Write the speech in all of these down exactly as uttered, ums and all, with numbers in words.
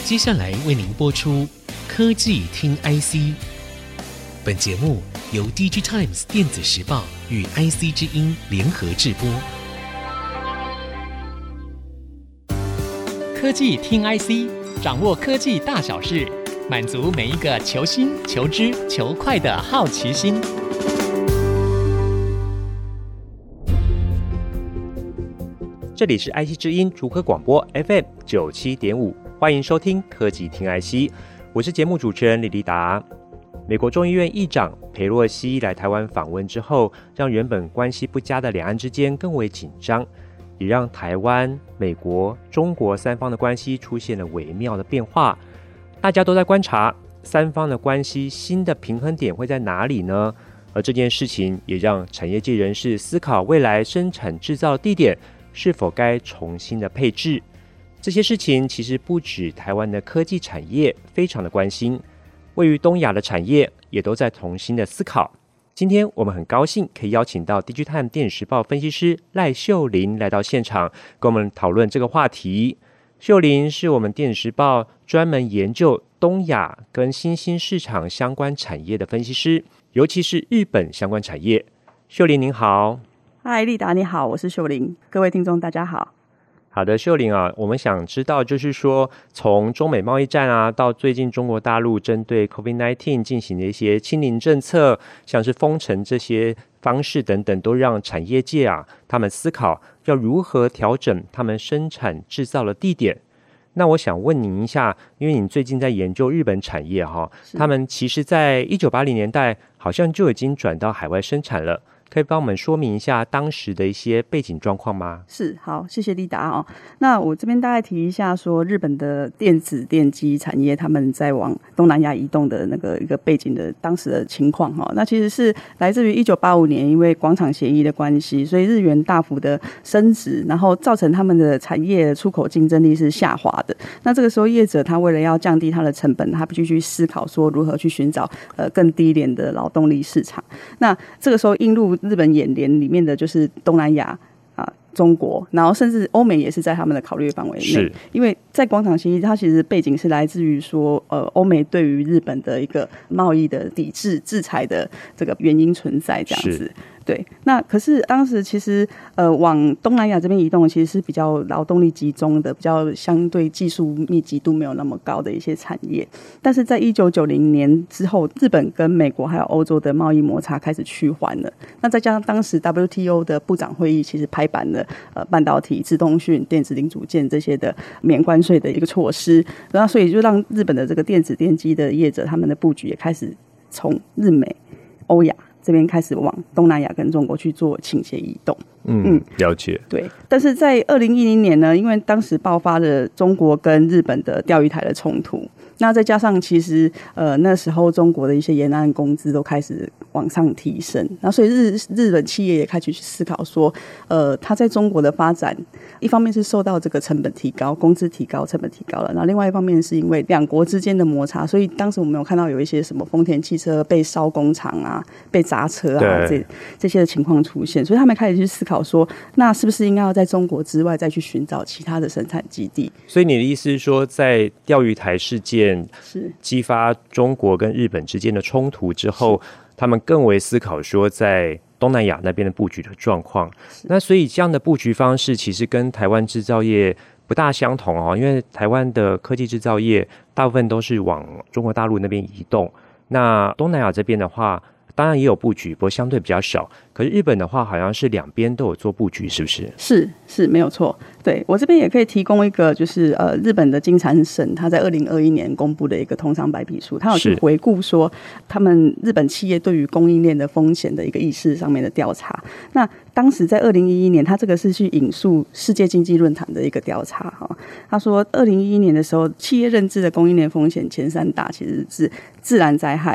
接下来为您播出科技听 I C。 本节目由 D G Times 电子时报与 I C 之音联合制播。 科技听 I C， 掌握科技大小事，满足每一个求新、求知、求快的好奇心。 这里是 I C 之音竹科广播 F M 九七点五，欢迎收听科技听 I C， 我是节目主持人李立达。美国众议院议长裴洛西来台湾访问之后，让原本关系不佳的两岸之间更为紧张，也让台湾、美国、中国三方的关系出现了微妙的变化。大家都在观察三方的关系新的平衡点会在哪里呢？而这件事情也让产业界人士思考未来生产制造的地点是否该重新的配置。这些事情其实不止台湾的科技产业非常的关心，位于东亚的产业也都在重新的思考。今天我们很高兴可以邀请到 D G Times 电子时报分析师赖秀玲来到现场，跟我们讨论这个话题。秀玲是我们电子时报专门研究东亚跟新兴市场相关产业的分析师，尤其是日本相关产业。秀玲您好。 嗨，立达你好，我是秀玲。各位听众大家好。 好的，秀玲啊，我们想知道就是说，从中美贸易战啊，到最近中国大陆针对 COVID 十九 进行的一些清零政策，像是封城这些方式等等，都让产业界啊，他们思考要如何调整他们生产制造的地点。那我想问您一下，因为你最近在研究日本产业哈，他们其实在一九八零年代好像就已经转到海外生产了。可以帮我们说明一下当时的一些背景状况吗？ 是，好，谢谢立达哦。那我这边大概提一下说，日本的电子电机产业他们在往东南亚移动的那个一个背景的当时的情况哈。那其实是来自于一九八五年，因为广场协议的关系，所以日元大幅的升值，然后造成他们的产业出口竞争力是下滑的。那这个时候业者他为了要降低他的成本，他必须去思考说如何去寻找呃更低廉的劳动力市场。那这个时候映入日本眼帘里面的就是东南亚啊、中国，然后甚至欧美也是在他们的考虑范围内。因为在广场协议，它其实背景是来自于说，呃，欧美对于日本的一个贸易的抵制、制裁的这个原因存在这样子。对，那可是当时其实呃往东南亚这边移动，其实是比较劳动力集中的，比较相对技术密集度没有那么高的一些产业。但是在一九九零年之后，日本跟美国还有欧洲的贸易摩擦开始趋缓了。那再加上当时 W T O 的部长会议其实拍板了呃半导体、自通讯、电子零组件这些的免关税的一个措施，然后所以就让日本的这个电子电机的业者他们的布局也开始从日美、欧亚这边开始往东南亚跟中国去做倾斜移动。 嗯，嗯了解。 对，但是在二零一零年呢，因为当时爆发了中国跟日本的钓鱼台的冲突，那再加上其实呃那时候中国的一些沿岸工资都开始往上提升，然后所以日日本企业也开始去思考说，呃，它在中国的发展，一方面是受到这个成本提高、工资提高、成本提高了，然后另外一方面是因为两国之间的摩擦，所以当时我们有看到有一些什么丰田汽车被烧工厂啊、被砸车啊这这些的情况出现，所以他们开始去思考说，那是不是应该要在中国之外再去寻找其他的生产基地？ 所以你的意思是说，在钓鱼台事件是激发中国跟日本之间的冲突之后，他们更为思考说在东南亚那边的布局的状况。那所以这样的布局方式其实跟台湾制造业不大相同哦，因为台湾的科技制造业大部分都是往中国大陆那边移动，那东南亚这边的话当然也有布局，不过相对比较少。可是日本的话好像是两边都有做布局，是不是？ 是是没有错。对，我这边也可以提供一个就是呃日本的经产省他在二零二一年公布的一个通商白皮书，他有去回顾说他们日本企业对于供应链的风险的一个意识上面的调查。那当时在二零一一年，他这个是去引述世界经济论坛的一个调查哈，他说二零一一年的时候，企业认知的供应链风险前三大其实是自然灾害、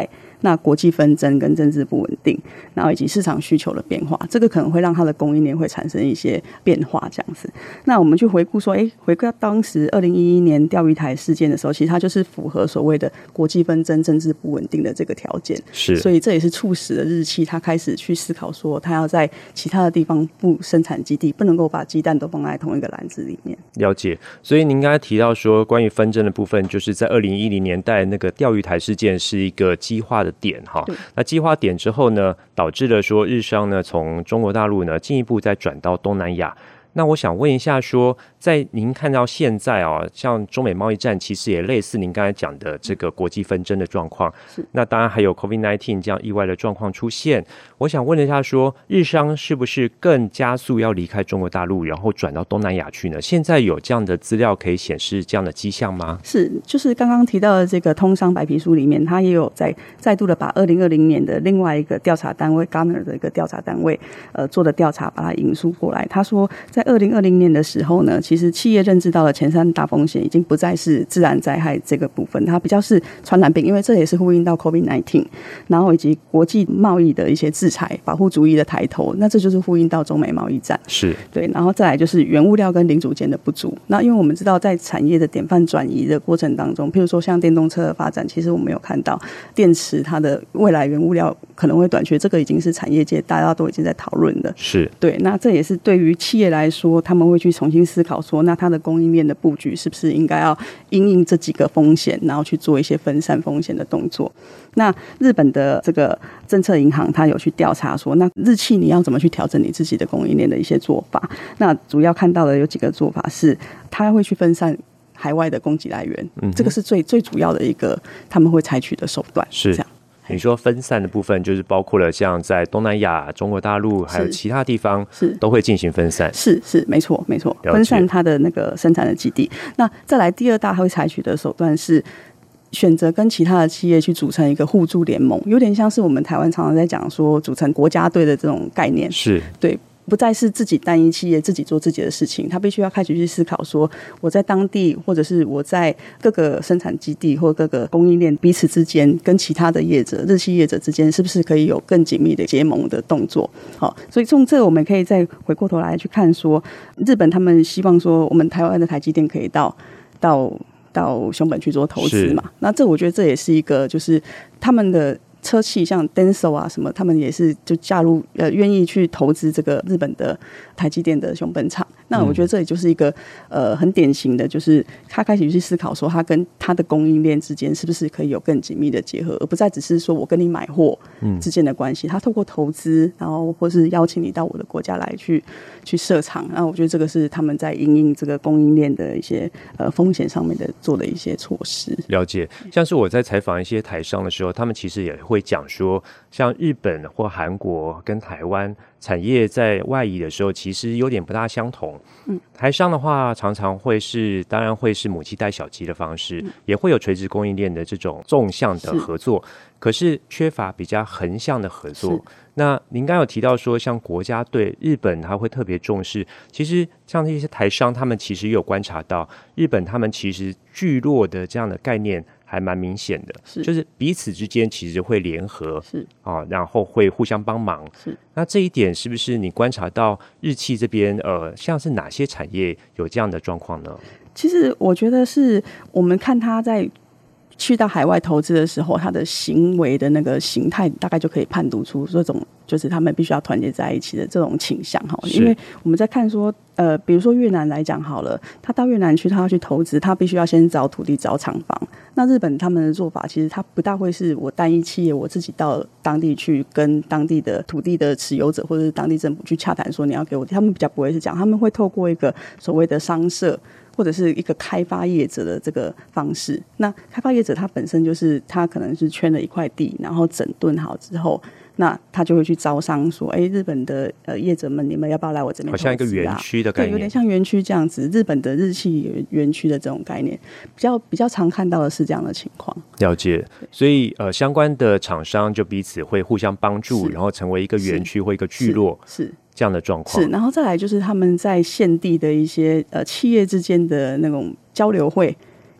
那国际纷争跟政治不稳定，然后以及市场需求的变化，这个可能会让它的供应链会产生一些变化这样子。那我们去回顾说，哎，回顾到当时二零一一年钓鱼台事件的时候，其实它就是符合所谓的国际纷争、政治不稳定的这个条件， 是， 所以这也是促使了日企它开始去思考说，它要在其他的地方布生产基地，不能够把鸡蛋都放在同一个篮子里面。 了解。所以您刚才提到说，关于纷争的部分，就是在二零一零年代那个钓鱼台事件是一个激化的点哈。那激化点之后呢，导致了说日商呢从中国大陆呢进一步再转到东南亚。那我想问一下说，在您看到现在啊，像中美贸易战其实也类似您刚才讲的这个国际纷争的状况，那当然还有 COVID 十九 这样意外的状况出现，我想问一下说，日商是不是更加速要离开中国大陆，然后转到东南亚去呢？现在有这样的资料可以显示这样的迹象吗？ 是，就是刚刚提到的这个通商白皮书里面，它也有在再度的把二零二零年的另外一个调查单位 Gartner 的一个调查单位呃做的调查把它引述过来。他说在二零二零年的时候呢，其实企业认知到了前三大风险已经不再是自然灾害这个部分，它比较是传染病，因为这也是呼应到 COVID 十九， 然后以及国际贸易的一些制裁、保护主义的抬头，那这就是呼应到中美贸易战， 是对，然后再来就是原物料跟零组件的不足。那因为我们知道在产业的典范转移的过程当中，譬如说像电动车的发展，其实我们有看到电池它的未来原物料可能会短缺，这个已经是产业界大家都已经在讨论的， 是对。 那这也是对于企业来说，他们会去重新思考说，那它的供应链的布局是不是应该要因应这几个风险，然后去做一些分散风险的动作。那日本的这个政策银行它有去调查说，那日企你要怎么去调整你自己的供应链的一些做法。那主要看到的有几个做法是，它会去分散海外的供给来源，嗯、这个是最最主要的一个他们会采取的手段，是这样。 你说分散的部分就是包括了像在东南亚、中国大陆还有其他地方都会进行分散， 是是没错没错，分散它的那个生产的基地。那再来第二大会采取的手段是选择跟其他的企业去组成一个互助联盟，有点像是我们台湾常常在讲说组成国家队的这种概念， 是对。 不再是自己单一企业自己做自己的事情，他必须要开始去思考说，我在当地或者是我在各个生产基地或各个供应链彼此之间跟其他的业者、日系业者之间是不是可以有更紧密的结盟的动作。好，所以从这个我们可以再回过头来去看说，日本他们希望说我们台湾的台积电可以到到到熊本去做投资嘛，那这我觉得这也是一个就是他们的车企像 Denso 啊什么，他们也是就加入呃愿意去投资这个日本的台积电的熊本厂。那我觉得这也就是一个呃很典型的，就是他开始去思考说，他跟他的供应链之间是不是可以有更紧密的结合，而不再只是说我跟你买货之间的关系。他透过投资，然后或是邀请你到我的国家来去去设厂。然后我觉得这个是他们在因应这个供应链的一些呃风险上面的做的一些措施。 了解，像是我在采访一些台商的时候，他们其实也会讲说，像日本或韩国跟台湾产业在外移的时候，其实有点不大相同。嗯，台商的话，常常会是，当然会是母鸡带小鸡的方式，嗯、也会有垂直供应链的这种纵向的合作，是可是缺乏比较横向的合作。那您刚刚有提到说，像国家队，日本他会特别重视。其实像这些台商，他们其实也有观察到，日本他们其实聚落的这样的概念还蛮明显的，是就是彼此之间其实会联合，是啊，然后会互相帮忙。是那这一点是不是你观察到日企这边呃，像是哪些产业有这样的状况呢？ 其实我觉得是我们看他在去到海外投资的时候，他的行为的那个形态大概就可以判读出这种就是他们必须要团结在一起的这种倾向。因为我们在看说呃，比如说越南来讲好了，他到越南去他要去投资，他必须要先找土地找厂房。那日本他们的做法其实他不大会是我单一企业我自己到当地去跟当地的土地的持有者或者是当地政府去洽谈说你要给我，他们比较不会是这样，他们会透过一个所谓的商社或者是一个开发业者的这个方式。那开发业者他本身就是他可能是圈了一块地，然后整顿好之后，那他就会去招商说，哎，日本的呃业者们，你们要不要来我这边投资啊？ 好像一个园区的概念， 对，有点像园区这样子。日本的日系园区的这种概念，比较比较常看到的是这样的情况。 了解，所以呃，相关的厂商就彼此会互相帮助，然后成为一个园区或一个聚落，是。是这样的状况是，然后再来就是他们在现地的一些呃企业之间的那种交流会，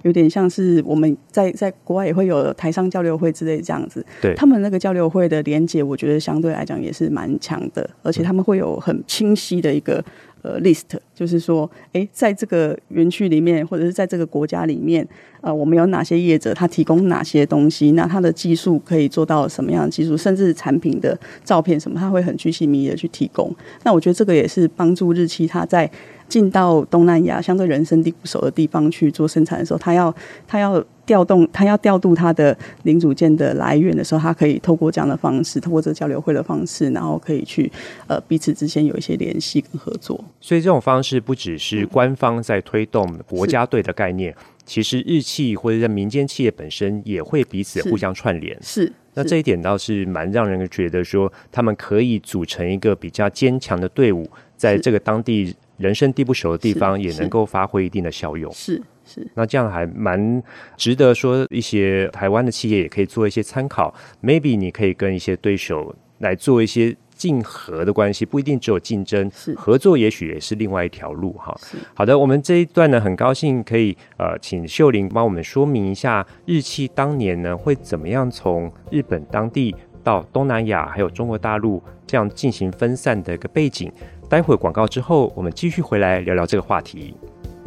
有点像是我们在在国外也会有台商交流会之类这样子， 对， 他们那个交流会的连结，我觉得相对来讲也是蛮强的，而且他们会有很清晰的一个呃 list， 就是说，哎，在这个园区里面，或者是在这个国家里面，呃，我们有哪些业者，他提供哪些东西，那他的技术可以做到什么样的技术，甚至产品的照片什么，他会很鉅细靡遗的去提供。那我觉得这个也是帮助日企他在进到东南亚相对人生地不熟的地方去做生产的时候，他要他要调动他要调度他的零组件的来源的时候，他可以透过这样的方式，透过这个交流会的方式，然后可以去呃彼此之间有一些联系跟合作。 所以这种方式不只是官方在推动国家队的概念，其实日企或者在民间企业本身也会彼此互相串联。 是，是那这一点倒是蛮让人觉得说，他们可以组成一个比较坚强的队伍，在这个当地人生地不熟的地方，也能够发挥一定的效用。 是是， 那这样还蛮值得说，一些台湾的企业也可以做一些参考。Maybe 你可以跟一些对手来做一些竞合的关系，不一定只有竞争，合作也许也是另外一条路哈。好的，我们这一段呢，很高兴可以呃，请秀玲帮我们说明一下日企当年呢会怎么样从日本当地到东南亚还有中国大陆这样进行分散的一个背景。待会广告之后，我们继续回来聊聊这个话题。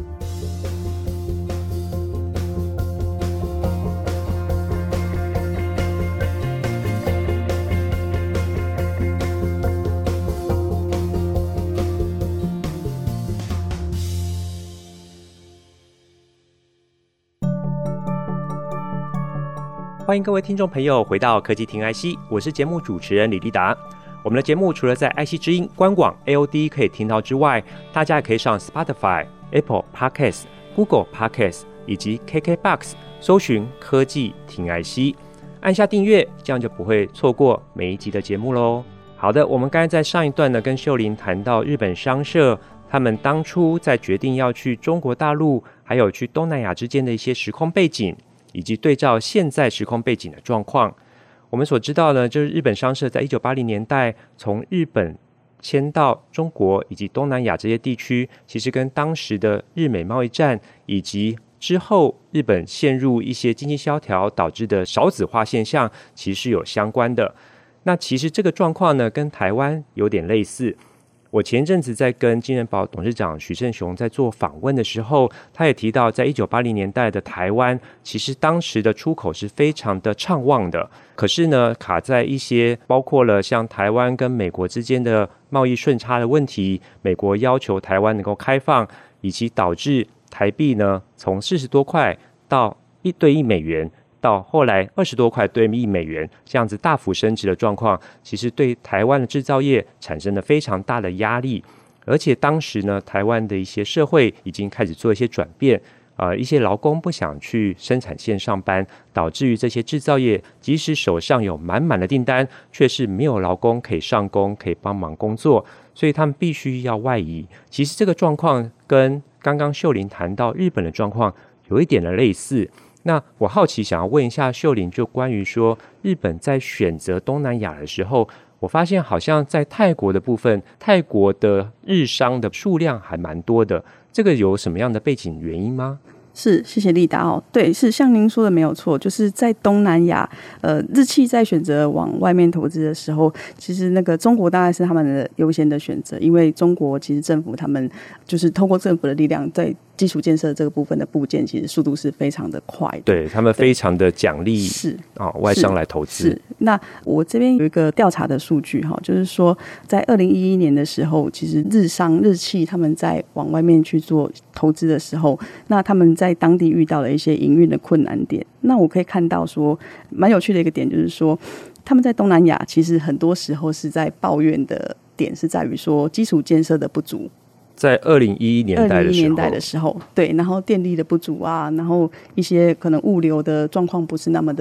欢迎各位听众朋友回到科技听 I C， 我是节目主持人李立达。我们的节目除了在 I C 之音官网 A O D 可以听到之外，大家也可以上 Spotify、Apple Podcast、Google Podcast 以及 K K B O X 搜寻科技听 I C， 按下订阅，这样就不会错过每一集的节目咯。好的，我们刚才在上一段呢，跟秀玲谈到日本商社他们当初在决定要去中国大陆还有去东南亚之间的一些时空背景，以及对照现在时空背景的状况。我们所知道呢，就是日本商社在一九八零年代从日本迁到中国以及东南亚这些地区，其实跟当时的日美贸易战以及之后日本陷入一些经济萧条导致的少子化现象其实是有相关的。那其实这个状况呢，跟台湾有点类似。我前一阵子在跟金人宝董事长许胜雄在做访问的时候，他也提到在一九八零年代的台湾，其实当时的出口是非常的畅旺的，可是呢卡在一些包括了像台湾跟美国之间的贸易顺差的问题，美国要求台湾能够开放，以及导致台币呢从四十多块到一对一美元，到后来二十多块对一美元，这样子大幅升值的状况，其实对台湾的制造业产生了非常大的压力。而且当时呢，台湾的一些社会已经开始做一些转变，呃，一些劳工不想去生产线上班，导致于这些制造业即使手上有满满的订单，却是没有劳工可以上工，可以帮忙工作，所以他们必须要外移。其实这个状况跟刚刚秀玲谈到日本的状况有一点的类似。那我好奇想要问一下秀玲，就关于说日本在选择东南亚的时候，我发现好像在泰国的部分，泰国的日商的数量还蛮多的，这个有什么样的背景原因吗？ 是，谢谢丽达哦。对，是像您说的没有错，就是在东南亚，呃，日企在选择往外面投资的时候，其实那个中国当然是他们的优先的选择，因为中国其实政府他们就是透过政府的力量在基础建设这个部分的部件，其实速度是非常的快的， 对他们非常的奖励是、哦、外商来投资。 是，那我这边有一个调查的数据哈，就是说在二零一一年的时候，其实日商日企他们在往外面去做投资的时候，那他们在当地遇到了一些营运的困难点。那我可以看到说，蛮有趣的一个点就是说，他们在东南亚其实很多时候是在抱怨的点是在于说基础建设的不足。 在二零一一年代的时候， 年代的时候，对，然后电力的不足啊，然后一些可能物流的状况不是那么的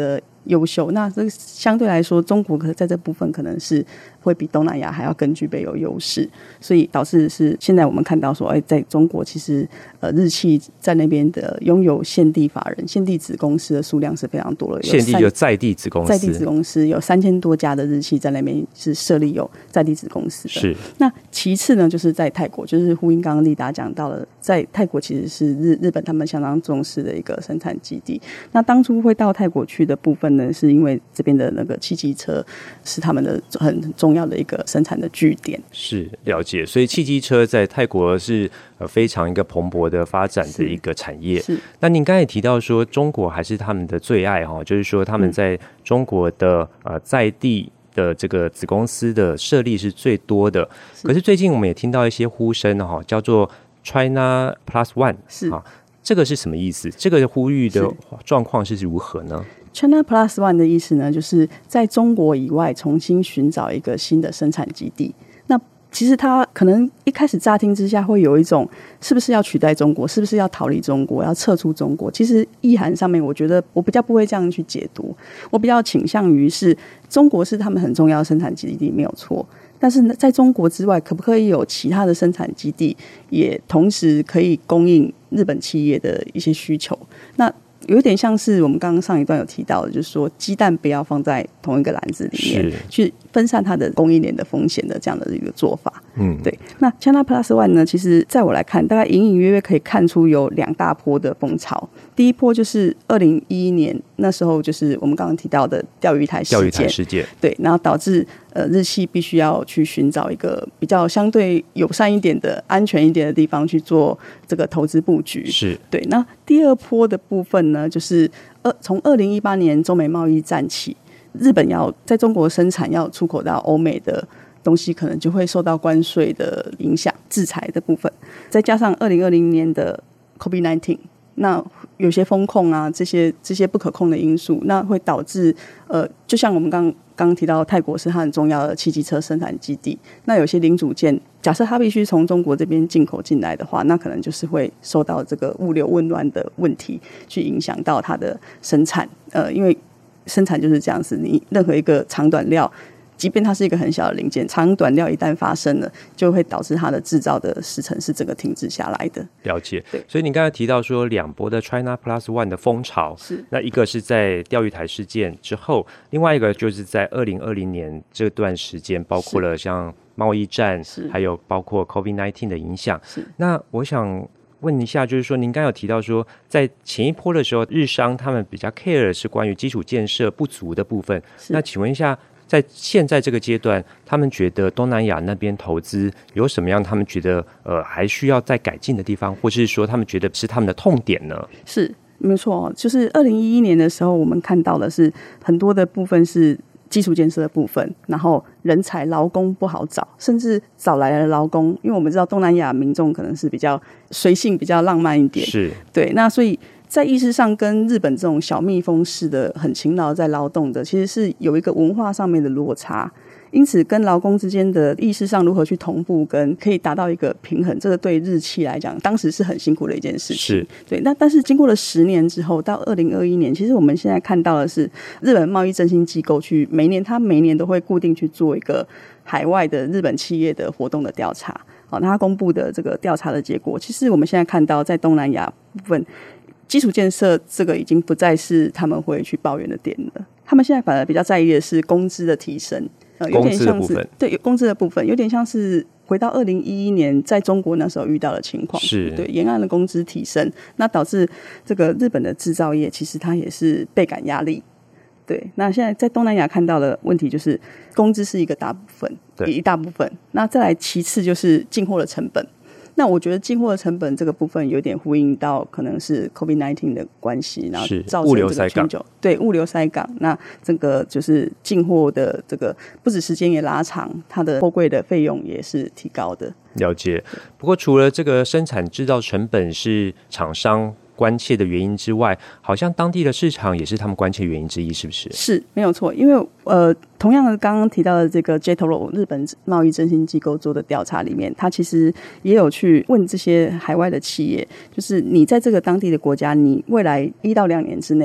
优秀。那这相对来说，中国可在这部分可能是会比东南亚还要更具备有优势，所以导致是现在我们看到说，哎，在中国其实呃日企在那边的拥有现地法人、现地子公司的数量是非常多的。 现地就在地子公司， 在地子公司有三千多家的日企在那边是设立有在地子公司的。 是。 那其次呢，就是在泰国，就是呼应刚刚丽达讲到了，在泰国其实是日日本他们相当重视的一个生产基地。那当初会到泰国去的部分呢，是因为这边的那个汽机车是他们的很重要的一个生产的据点。 是，了解。所以汽机车在泰国是呃非常一个蓬勃的发展的一个产业。 是。 那您刚才也提到说，中国还是他们的最爱哈，就是说他们在中国的呃在地的这个子公司的设立是最多的。可是最近我们也听到一些呼声哈，叫做 China Plus One， 是啊， 这个是什么意思？这个呼吁的状况是如何呢 ？China Plus One 的意思呢，就是在中国以外重新寻找一个新的生产基地。那其实它可能一开始乍听之下会有一种是不是要取代中国，是不是要逃离中国，要撤出中国。其实意涵上面我觉得我比较不会这样去解读，我比较倾向于是中国是他们很重要的生产基地没有错，但是在中国之外可不可以有其他的生产基地也同时可以供应日本企业的一些需求。那有点像是我们刚刚上一段有提到的，就是说鸡蛋不要放在同一个篮子里面，去分散它的供应链的风险的这样的一个做法。嗯，对。那 China Plus One 呢，其实在我来看，大概隐隐约约可以看出有两大波的风潮。第一波就是二零一一年那时候，就是我们刚刚提到的钓鱼台事件， 钓鱼台事件， 对，然后导致呃日系必须要去寻找一个比较相对友善一点的、安全一点的地方去做这个投资布局。 是， 对。那第二波的部分呢，就是呃从二零一八年中美贸易战起，日本要在中国生产要出口到欧美的东西可能就会受到关税的影响、制裁的部分，再加上二零二零年的 COVID 十九， 那有些风控啊，这些这些不可控的因素，那会导致呃，就像我们刚刚刚提到，泰国是它很重要的汽机车生产基地，那有些零组件，假设它必须从中国这边进口进来的话，那可能就是会受到这个物流混乱的问题去影响到它的生产，呃，因为生产就是这样子，你任何一个长短料，即便它是一个很小的零件，长短料一旦发生了，就会导致它的制造的时程是整个停止下来的。 了解。所以你刚才提到说两波的 China Plus One 的风潮， 是那一个是在钓鱼台事件之后，另外一个就是在二零二零年这段时间，包括了像贸易战，还有包括 COVID 十九 的影响。那我想问一下，就是说您刚才有提到说在前一波的时候，日商他们比较 care 的是关于基础建设不足的部分，那请问一下，在现在这个阶段，他们觉得东南亚那边投资有什么样他们觉得呃还需要再改进的地方，或是说他们觉得是他们的痛点呢？ 是没错，就是二零一一年的时候，我们看到的是很多的部分是基础建设的部分，然后人才劳工不好找，甚至找来的劳工，因为我们知道东南亚民众可能是比较随性、比较浪漫一点， 是对，那所以在意识上跟日本这种小蜜蜂式的很勤劳在劳动的，其实是有一个文化上面的落差。因此跟劳工之间的意识上如何去同步跟可以达到一个平衡，这个对日企来讲当时是很辛苦的一件事情。 是对，那但是经过了十年之后，到二零二一年，其实我们现在看到的是日本贸易振兴机构去每年他每年都会固定去做一个海外的日本企业的活动的调查。好，那他公布的这个调查的结果，其实我们现在看到在东南亚部分基础建设这个已经不再是他们会去抱怨的点了，他们现在反而比较在意的是工资的提升。呃、有点像是对工资的部分，有点像是回到二零一一年在中国那时候遇到的情况， 是对沿岸的工资提升，那导致这个日本的制造业其实它也是倍感压力。对，那现在在东南亚看到的问题就是工资是一个大部分，一大部分，那再来其次就是进货的成本。那我觉得进货的成本这个部分有点呼应到可能是 COVID 十九 的关系，然后造成这个全球对物流塞港，那这个就是进货的这个不止时间也拉长，它的货柜的费用也是提高的。 了解。不过除了这个生产制造成本是厂商关切的原因之外，好像当地的市场也是他们关切原因之一，是不是？是， 没有错。因为呃，同样的刚刚提到的这个 JETRO 日本贸易振兴机构做的调查里面，他其实也有去问这些海外的企业，就是你在这个当地的国家，你未来一到两年之内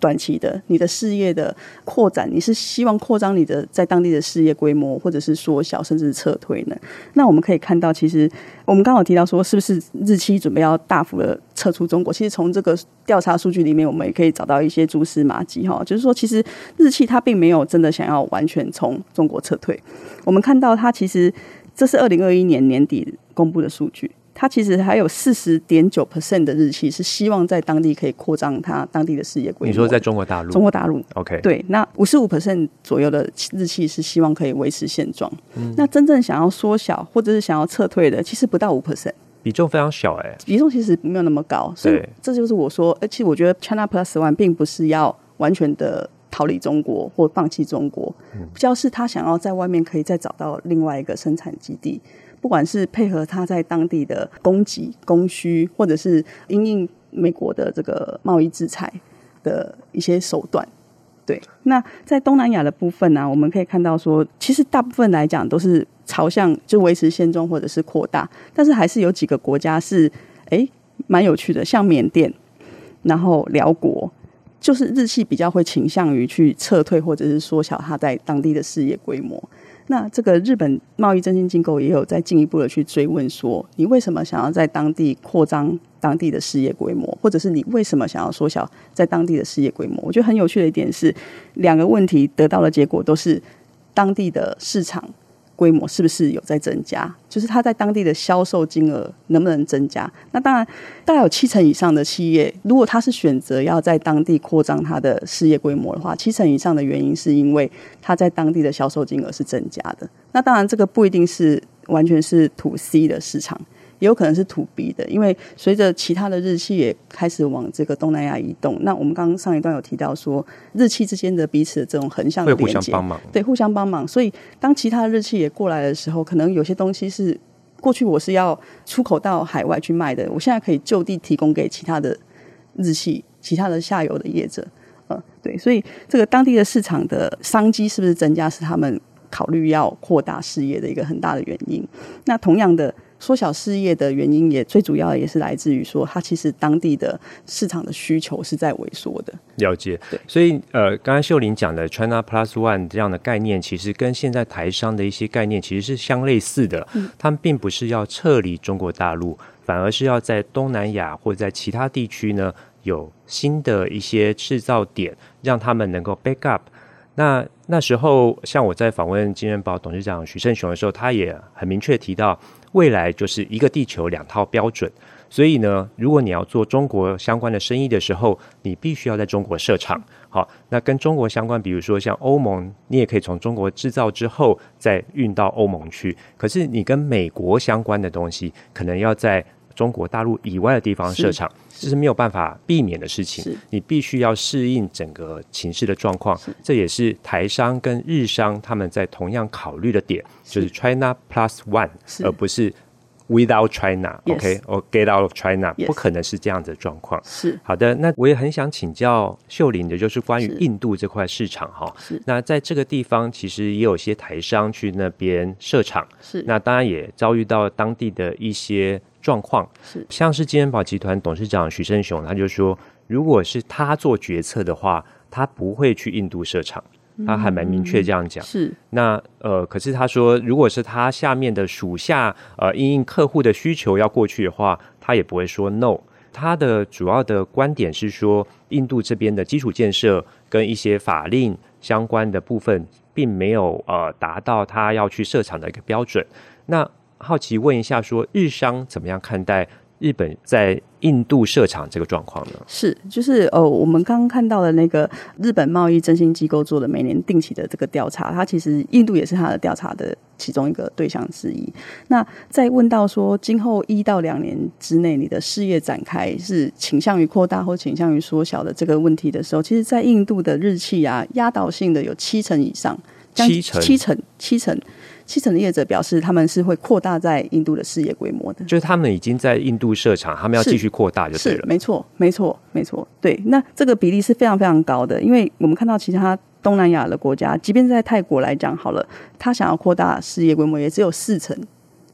短期的你的事业的扩展，你是希望扩张你的在当地的事业规模，或者是缩小甚至撤退呢？那我们可以看到，其实我们刚好提到说是不是日企准备要大幅的撤出中国，其实从这个调查数据里面我们也可以找到一些蛛丝马迹，就是说其实日企它并没有真的想要完全从中国撤退。我们看到它其实这是二零二一年年底公布的数据，它其实还有 百分之四十点九 的日企是希望在当地可以扩张它当地的事业规模。 你说在中国大陆？中国大陆 OK 对，那 百分之五十五 左右的日企是希望可以维持现状、嗯、那真正想要缩小或者是想要撤退的其实不到 百分之五， 比重非常小。哎、欸， 比重其实没有那么高，所以这就是我说，其实我觉得 China Plus One 并不是要完全的逃离中国或放弃中国，比较是他想要在外面可以再找到另外一个生产基地，不管是配合他在当地的供给供需，或者是因应美国的这个贸易制裁的一些手段。对，那在东南亚的部分呢、啊，我们可以看到说，其实大部分来讲都是朝向就维持现状或者是扩大，但是还是有几个国家是哎蛮有趣的，像缅甸，然后辽国，就是日企比较会倾向于去撤退或者是缩小它在当地的事业规模。那这个日本贸易振兴机构也有在进一步的去追问说，你为什么想要在当地扩张当地的事业规模，或者是你为什么想要缩小在当地的事业规模？我觉得很有趣的一点是，两个问题得到的结果都是当地的市场规模是不是有在增加，就是它在当地的销售金额能不能增加。那当然大概有七成以上的企业，如果它是选择要在当地扩张它的事业规模的话，七成以上的原因是因为它在当地的销售金额是增加的。那当然这个不一定是完全是 to C 的市场，也有可能是 to B 的，因为随着其他的日企也开始往这个东南亚移动，那我们刚刚上一段有提到说日企之间的彼此的这种横向的连接， 会互相帮忙， 对，互相帮忙。所以当其他的日企也过来的时候，可能有些东西是过去我是要出口到海外去卖的，我现在可以就地提供给其他的日企、其他的下游的业者。呃，对，所以这个当地的市场的商机是不是增加，是他们考虑要扩大事业的一个很大的原因。那同样的，缩小事业的原因也最主要的也是来自于说，它其实当地的市场的需求是在萎缩的。 了解，对，所以呃，刚才秀玲讲的 China Plus One 这样的概念，其实跟现在台商的一些概念其实是相类似的。嗯，他们并不是要撤离中国大陆，反而是要在东南亚或者在其他地区呢有新的一些制造点，让他们能够 back up。那那时候，像我在访问金元宝董事长许胜雄的时候，他也很明确提到，未来就是一个地球两套标准。所以呢，如果你要做中国相关的生意的时候，你必须要在中国设厂。好，那跟中国相关，比如说像欧盟，你也可以从中国制造之后再运到欧盟去。可是你跟美国相关的东西，可能要在中国大陆以外的地方设厂，这是没有办法避免的事情。你必须要适应整个情势的状况，这也是台商跟日商他们在同样考虑的点，就是 China Plus One， 而不是 Without China、yes. OK， or Get Out of China，、yes. 不可能是这样子的状况。 是好的，那我也很想请教秀玲的，就是关于印度这块市场哈。那在这个地方，其实也有些台商去那边设厂，是那当然也遭遇到当地的一些状况，是像是金元宝集团董事长许胜雄，他就说，如果是他做决策的话，他不会去印度设厂。他还蛮明确这样讲、嗯、是那呃，可是他说如果是他下面的属下呃，因应客户的需求要过去的话，他也不会说 no。 他的主要的观点是说，印度这边的基础建设跟一些法令相关的部分并没有呃达到他要去设厂的一个标准。那好奇问一下说，日商怎么样看待日本在印度设厂这个状况呢？是，就是呃，我们刚刚看到的那个日本贸易振兴机构做的每年定期的这个调查，它其实印度也是它的调查的其中一个对象之一。那在问到说，今后一到两年之内，你的事业展开是倾向于扩大或倾向于缩小的这个问题的时候，其实，在印度的日企啊，压倒性的有七成以上，七成，七成，七成。七成的业者表示，他们是会扩大在印度的事业规模的，就是他们已经在印度设厂，他们要继续扩大就对了。是，没错，没错，没错。对，那这个比例是非常非常高的，因为我们看到其他东南亚的国家，即便在泰国来讲好了，他想要扩大事业规模，也只有四成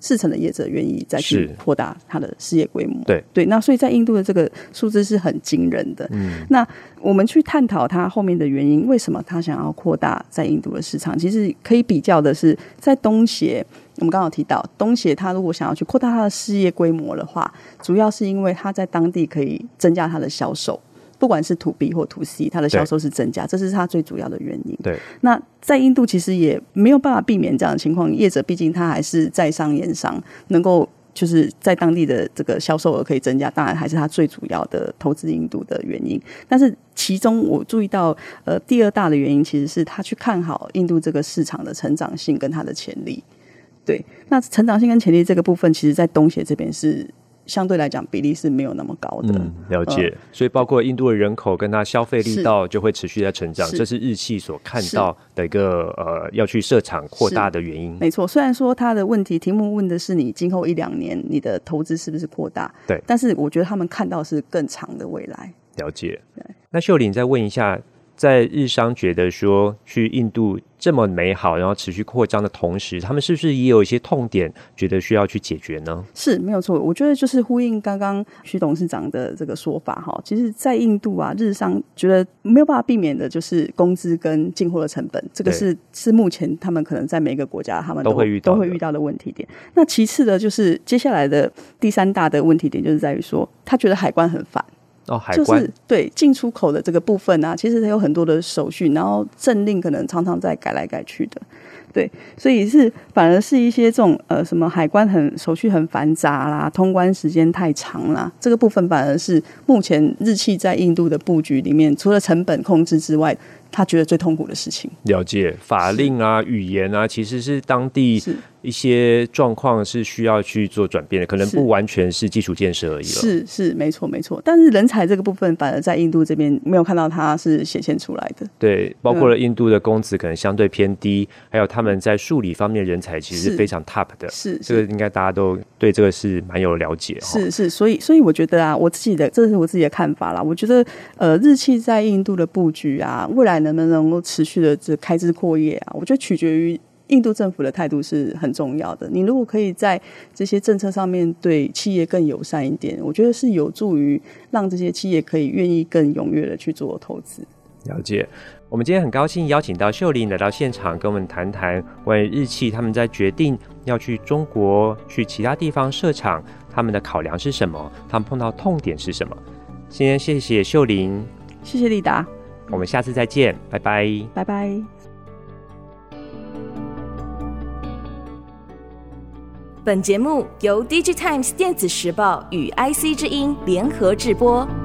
四成的业者愿意再去扩大它的事业规模。 对对，那所以在印度的这个数字是很惊人的。嗯，那我们去探讨它后面的原因，为什么他想要扩大在印度的市场？其实可以比较的是，在东协，我们刚刚有提到东协，他如果想要去扩大它的事业规模的话，主要是因为他在当地可以增加它的销售。不管是 to B 或 to C， 它的销售是增加，这是它最主要的原因。 对， 那在印度其实也没有办法避免这样的情况，业者毕竟他还是在商言商，能够就是在当地的这个销售额可以增加，当然还是他最主要的投资印度的原因。但是其中我注意到，呃，第二大的原因其实是他去看好印度这个市场的成长性跟它的潜力。对，那成长性跟潜力这个部分，其实在东协这边是相对来讲比例是没有那么高的。 嗯，了解、呃、所以包括印度的人口跟它消费力道就会持续在成长，这是日企所看到的一个呃要去设厂扩大的原因。 没错，虽然说他的问题题目问的是你今后一两年你的投资是不是扩大， 对， 但是我觉得他们看到是更长的未来。 了解。那秀玲再问一下，在日商觉得说去印度这么美好然后持续扩张的同时，他们是不是也有一些痛点觉得需要去解决呢？是没有错，我觉得就是呼应刚刚徐董事长的这个说法，其实在印度啊，日商觉得没有办法避免的就是工资跟进货的成本，这个是是目前他们可能在每个国家他们 都, 都, 会遇到都会遇到的问题点。那其次的就是接下来的第三大的问题点就是在于说他觉得海关很烦哦，海关就是对进出口的这个部分啊，其实它有很多的手续，然后政令可能常常在改来改去的，对，所以是反而是一些这种呃什么海关很手续很繁杂啦，通关时间太长啦，这个部分反而是目前日企在印度的布局里面，除了成本控制之外，他觉得最痛苦的事情。 了解，法令啊、语言啊，其实是当地一些状况是需要去做转变的，可能不完全是基础建设而已了。 是是，没错没错。但是人才这个部分，反而在印度这边没有看到它是显现出来的。 对，包括了印度的工资可能相对偏低，嗯、还有他们在数理方面人才其实是非常 top 的。 是， 这个应该大家都对这个是蛮有了解。 是是，所以所以我觉得啊，我自己的这是我自己的看法啦。我觉得呃，日企在印度的布局啊，未来能不能够持续的这开枝扩叶啊，我觉得取决于印度政府的态度是很重要的。你如果可以在这些政策上面对企业更友善一点，我觉得是有助于让这些企业可以愿意更踊跃的去做投资。 了解。我们今天很高兴邀请到秀玲来到现场，跟我们谈谈关于日企他们在决定要去中国、去其他地方设厂，他们的考量是什么，他们碰到痛点是什么。今天谢谢秀玲， 谢谢立达， 我们下次再见，拜拜， 拜拜。 本节目由 D J Times 电子时报与 I C 之音联合制播。